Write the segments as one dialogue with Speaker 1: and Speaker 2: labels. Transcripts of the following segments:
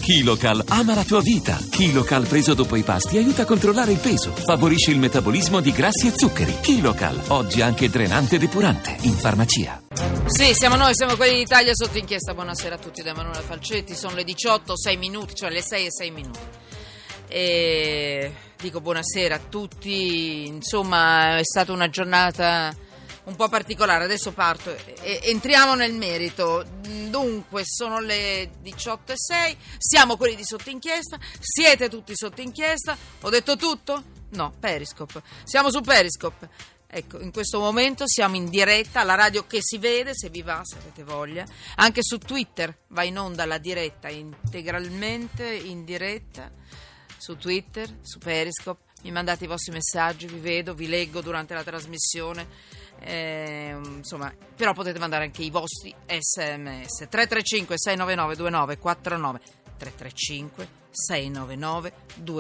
Speaker 1: KiloCal ama la tua vita. KiloCal preso dopo i pasti aiuta a controllare il peso, favorisce il metabolismo di grassi e zuccheri. KiloCal, oggi anche drenante e depurante, in farmacia.
Speaker 2: Sì, siamo noi, siamo quelli d'Italia sotto inchiesta. Buonasera a tutti da Emanuele Falcetti. Sono le 18, 6 minuti, cioè le 6 e 6 minuti. E dico buonasera a tutti. Insomma, è stata una giornata un po' particolare. Adesso parto e entriamo nel merito. Dunque, sono le 18 e 6, siamo quelli di sotto inchiesta, siete tutti sotto inchiesta. Ho detto tutto? No, Periscope. Siamo su Periscope. Ecco, in questo momento siamo in diretta alla radio che si vede, se vi va, se avete voglia. Anche su Twitter va in onda la diretta, integralmente in diretta, su Twitter, su Periscope. Mi mandate i vostri messaggi, vi vedo, vi leggo durante la trasmissione. Insomma, però potete mandare anche i vostri SMS 335 699 2949 335 699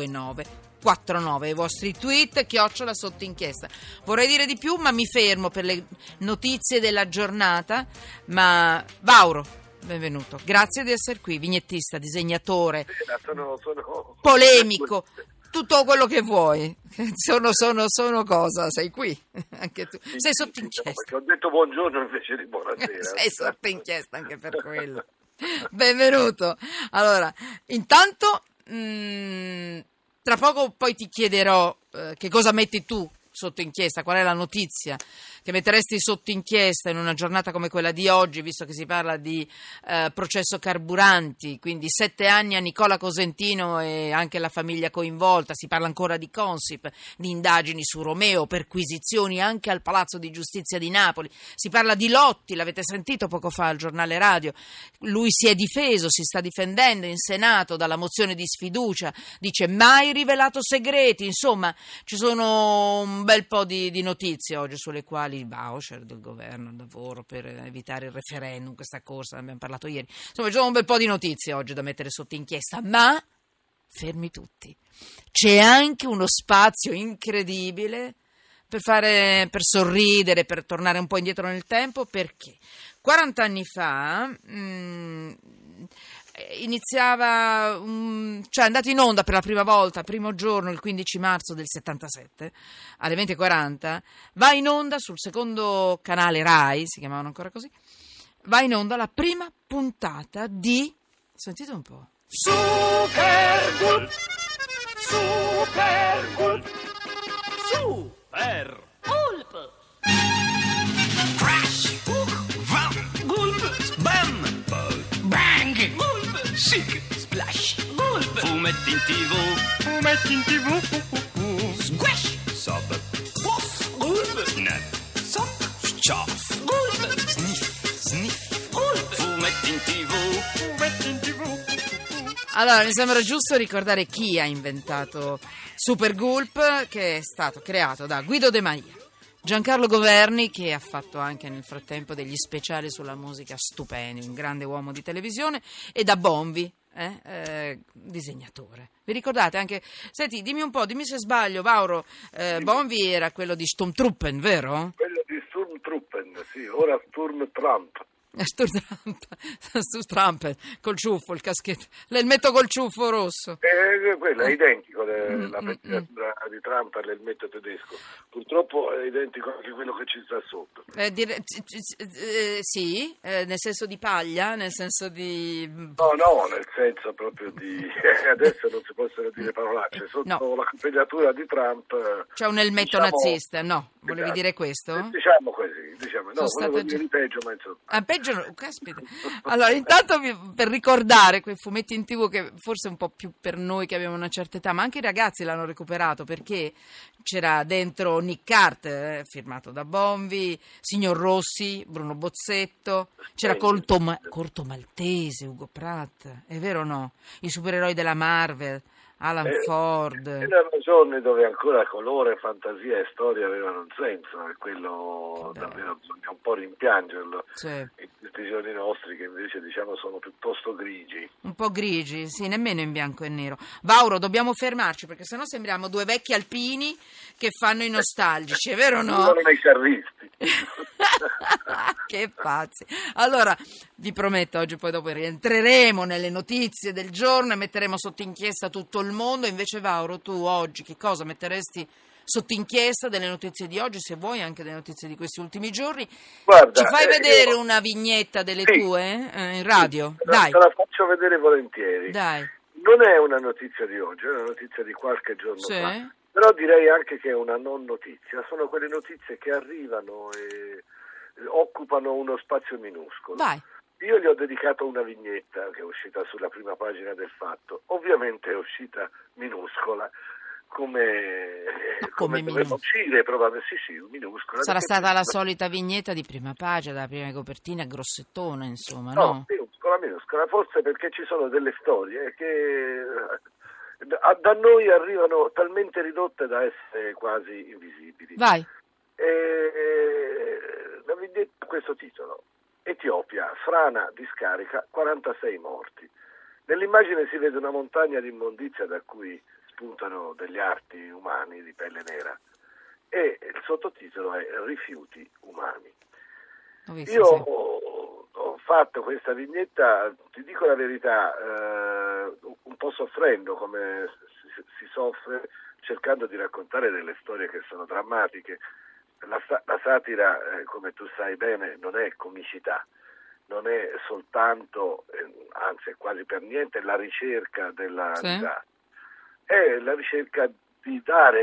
Speaker 2: 2949 i vostri tweet @ sotto inchiesta. Vorrei dire di più, ma mi fermo per le notizie della giornata. Ma Vauro, benvenuto, grazie di essere qui, vignettista, disegnatore,
Speaker 3: sono
Speaker 2: polemico, tutto quello che vuoi. Sono cosa? Sei qui? Anche tu. Sei sotto inchiesta.
Speaker 3: Perché ho detto buongiorno invece di buonasera.
Speaker 2: Sei sotto inchiesta anche per quello. Benvenuto. Allora, intanto tra poco poi ti chiederò che cosa metti tu sotto inchiesta, qual è la notizia che metteresti sotto inchiesta in una giornata come quella di oggi, visto che si parla di processo carburanti, quindi 7 anni a Nicola Cosentino e anche la famiglia coinvolta. Si parla ancora di Consip, di indagini su Romeo, perquisizioni anche al Palazzo di Giustizia di Napoli. Si parla di Lotti, l'avete sentito poco fa al giornale radio. Lui si è difeso, si sta difendendo in Senato dalla mozione di sfiducia, dice mai rivelato segreti. Insomma, ci sono un bel po' di notizie oggi sulle quali il voucher del governo, il lavoro per evitare il referendum, questa corsa, ne abbiamo parlato ieri. Insomma, ci sono un bel po' di notizie oggi da mettere sotto inchiesta, ma fermi tutti. C'è anche uno spazio incredibile per sorridere, per tornare un po' indietro nel tempo, perché 40 anni fa iniziava, cioè è andato in onda per la prima volta, primo giorno, il 15 marzo del 77, alle 20:40, va in onda sul secondo canale Rai, si chiamavano ancora così, va in onda la prima puntata di, sentite un po',
Speaker 4: Super Gulp, Super Gulp, Super Gulp, Crash, Vam, Gulp, Bam, Bang, Gulp, Chic, Splash, Gulp, Fumetti in TV, Squash, Sob, Puff, Gulp, Snap, Sop, Sciaff, Gulp, Sniff, Sniff, Gulp, Fumetti in TV.
Speaker 2: Allora, mi sembra giusto ricordare chi ha inventato Super Gulp, che è stato creato da Guido De Maria, Giancarlo Governi, che ha fatto anche nel frattempo degli speciali sulla musica stupendi, un grande uomo di televisione, e da Bonvi, disegnatore. Vi ricordate anche? Senti, dimmi un po', dimmi se sbaglio, Vauro, Bonvi era quello di Sturmtruppen, vero?
Speaker 3: Quello di Sturmtruppen, sì, ora Sturm Trump.
Speaker 2: Trump col ciuffo, il caschetto, l'elmetto col ciuffo rosso.
Speaker 3: Quello è identico, la pettinatura di Trump all'elmetto tedesco. Purtroppo è identico anche quello che ci sta sotto.
Speaker 2: Sì, nel senso di paglia, nel senso di...
Speaker 3: No, nel senso proprio di... adesso non si possono dire parolacce. Sotto la capigliatura di Trump...
Speaker 2: C'è un elmetto nazista, no? Volevi dire questo?
Speaker 3: Diciamo così, no, volevo dire di peggio, ma insomma...
Speaker 2: Peggio, caspita. Allora, intanto per ricordare quei fumetti in TV che forse un po' più per noi che abbiamo una certa età, ma anche i ragazzi l'hanno recuperato, perché c'era dentro Nick Carter, firmato da Bonvi, Signor Rossi, Bruno Bozzetto, c'era Corto Maltese, Ugo Pratt, è vero o no? I supereroi della Marvel, Alan Ford.
Speaker 3: Erano giorni dove ancora colore, fantasia e storia avevano un senso, e quello davvero bisogna un po' rimpiangerlo.
Speaker 2: Sì.
Speaker 3: In questi giorni nostri che invece diciamo sono piuttosto grigi.
Speaker 2: Un po' grigi, sì, nemmeno in bianco e nero. Vauro, dobbiamo fermarci perché sennò sembriamo due vecchi alpini che fanno i nostalgici, è vero o no?
Speaker 3: Sono i carristi.
Speaker 2: Che pazzi. Allora, vi prometto, oggi poi dopo rientreremo nelle notizie del giorno e metteremo sotto inchiesta tutto il mondo. Invece, Vauro, tu oggi che cosa metteresti sotto inchiesta delle notizie di oggi, se vuoi anche delle notizie di questi ultimi giorni?
Speaker 3: Guarda,
Speaker 2: Ci fai vedere una vignetta delle tue in radio?
Speaker 3: Sì,
Speaker 2: Dai.
Speaker 3: te la faccio vedere volentieri.
Speaker 2: Dai.
Speaker 3: Non è una notizia di oggi, è una notizia di qualche giorno
Speaker 2: Sì.
Speaker 3: fa, però direi anche che è una non notizia. Sono quelle notizie che arrivano e occupano uno spazio minuscolo.
Speaker 2: Vai.
Speaker 3: Io gli ho dedicato una vignetta che è uscita sulla prima pagina del Fatto. Ovviamente è uscita minuscola, come doveva uscire, probabilmente sì, minuscola.
Speaker 2: Sarà stata la solita vignetta di prima pagina, della prima copertina, grossettona, insomma,
Speaker 3: no? Minuscola, forse perché ci sono delle storie che da noi arrivano talmente ridotte da essere quasi invisibili.
Speaker 2: Vai.
Speaker 3: La vignetta ha questo titolo: Etiopia, frana di scarica, 46 morti. Nell'immagine si vede una montagna di immondizia da cui spuntano degli arti umani di pelle nera e il sottotitolo è Rifiuti umani. Io ho fatto questa vignetta, ti dico la verità, un po' soffrendo, come si soffre cercando di raccontare delle storie che sono drammatiche. La satira, come tu sai bene, non è comicità, non è soltanto, anzi è quasi per niente, la ricerca della risata. È la ricerca di dare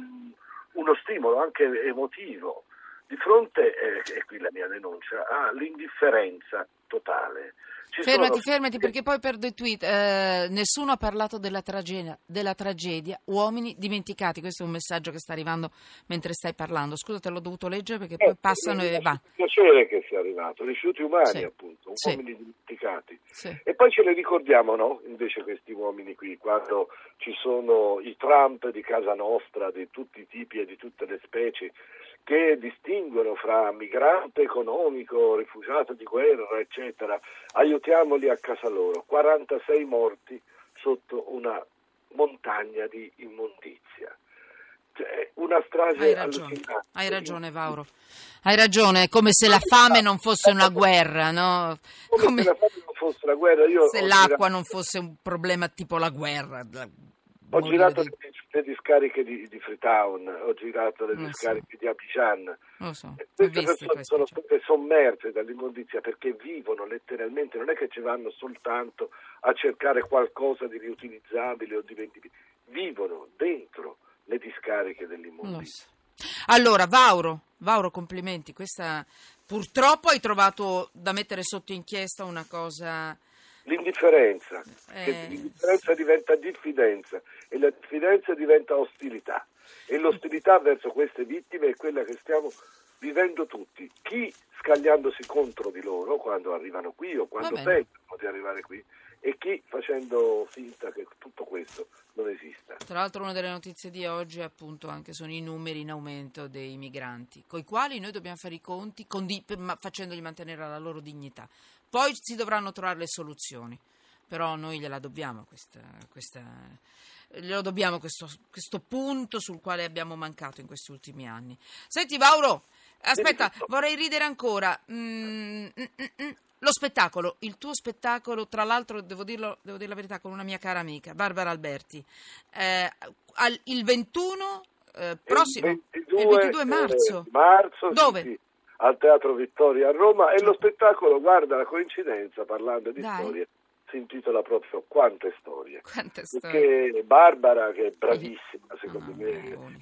Speaker 3: uno stimolo anche emotivo di fronte, e qui la mia denuncia, all'indifferenza totale.
Speaker 2: Fermati, perché poi perdo i tweet. Nessuno ha parlato della tragedia, uomini dimenticati. Questo è un messaggio che sta arrivando mentre stai parlando. Scusa, te l'ho dovuto leggere perché poi passano e va.
Speaker 3: È un piacere che sia arrivato. Rifiuti umani, appunto, uomini dimenticati.
Speaker 2: Sì.
Speaker 3: E poi ce le ricordiamo, no? Invece questi uomini qui, quando ci sono i Trump di casa nostra, di tutti i tipi e di tutte le specie, che distinguono fra migrante economico, rifugiato di guerra, eccetera. Aiutiamoli a casa loro. 46 morti sotto una montagna di immondizia. Cioè, una strage allucinante.
Speaker 2: Hai ragione, Vauro. Hai ragione, è come se la fame non fosse una guerra, no?
Speaker 3: Come se la fame non fosse una guerra.
Speaker 2: Se l'acqua non fosse un problema tipo la guerra.
Speaker 3: Ho girato le discariche di Freetown, ho girato le discariche di Abidjan. Queste persone sono state sommerse dall'immondizia perché vivono letteralmente, non è che ci vanno soltanto a cercare qualcosa di riutilizzabile o di vendibile, vivono dentro le discariche dell'immondizia.
Speaker 2: Allora, Vauro, complimenti. Questa purtroppo hai trovato da mettere sotto inchiesta una cosa.
Speaker 3: L'indifferenza, che l'indifferenza diventa diffidenza e la diffidenza diventa ostilità e l'ostilità verso queste vittime è quella che stiamo vivendo tutti, chi scagliandosi contro di loro quando arrivano qui o quando pensano di arrivare qui e chi facendo finta che tutto questo non esista.
Speaker 2: Tra l'altro una delle notizie di oggi appunto anche sono i numeri in aumento dei migranti, coi quali noi dobbiamo fare i conti facendogli mantenere la loro dignità. Poi si dovranno trovare le soluzioni, però noi gliela dobbiamo glielo dobbiamo questo punto sul quale abbiamo mancato in questi ultimi anni. Senti Vauro, aspetta, vorrei ridere ancora. Lo spettacolo, il tuo spettacolo, tra l'altro devo dire la verità, con una mia cara amica, Barbara Alberti, il 21 prossimo, il 22 marzo. Dove?
Speaker 3: Sì. Al Teatro Vittoria a Roma e lo spettacolo, guarda la coincidenza, parlando di storie, si intitola proprio Quante storie. Perché Barbara, che è bravissima secondo me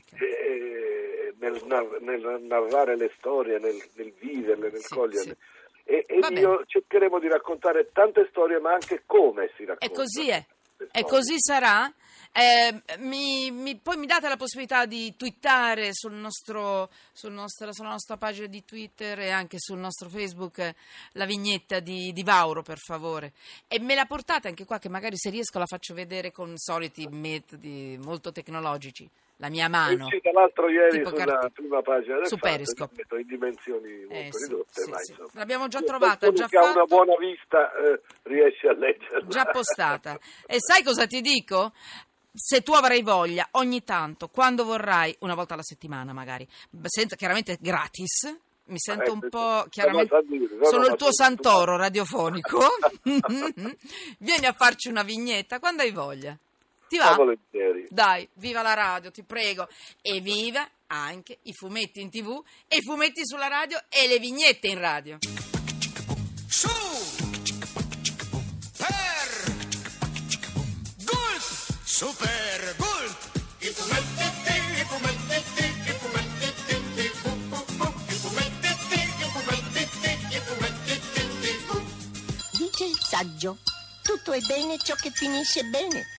Speaker 3: nel narrare le storie, nel viverle, nel coglierle, e io cercheremo di raccontare tante storie, ma anche come si raccontano.
Speaker 2: E così è. E così sarà. Poi mi date la possibilità di twittare sulla nostra pagina di Twitter e anche sul nostro Facebook la vignetta di Vauro, per favore, e me la portate anche qua, che magari se riesco la faccio vedere con soliti metodi molto tecnologici, la mia mano.
Speaker 3: Sì, dall'altro ieri sulla prima pagina del
Speaker 2: su Periscope,
Speaker 3: in dimensioni molto ridotte, ma insomma.
Speaker 2: L'abbiamo già trovata, già
Speaker 3: fatta.
Speaker 2: fatta.
Speaker 3: Ha una buona vista, riesce a leggerla.
Speaker 2: Già postata. E sai cosa ti dico? Se tu avrai voglia, ogni tanto, quando vorrai, una volta alla settimana magari, senza, chiaramente gratis, mi sento un po', chiaramente, sono il tuo santoro radiofonico. Vieni a farci una vignetta quando hai voglia. Ti va?
Speaker 3: Volentieri.
Speaker 2: Dai, viva la radio, ti prego. E viva anche i fumetti in TV e i fumetti sulla radio e le vignette in radio.
Speaker 4: Su per Gulp, Super Gulp, i fumetti, i fumetti, i fumetti, i fumetti, i fumetti.
Speaker 5: Dice il saggio, tutto è bene ciò che finisce bene.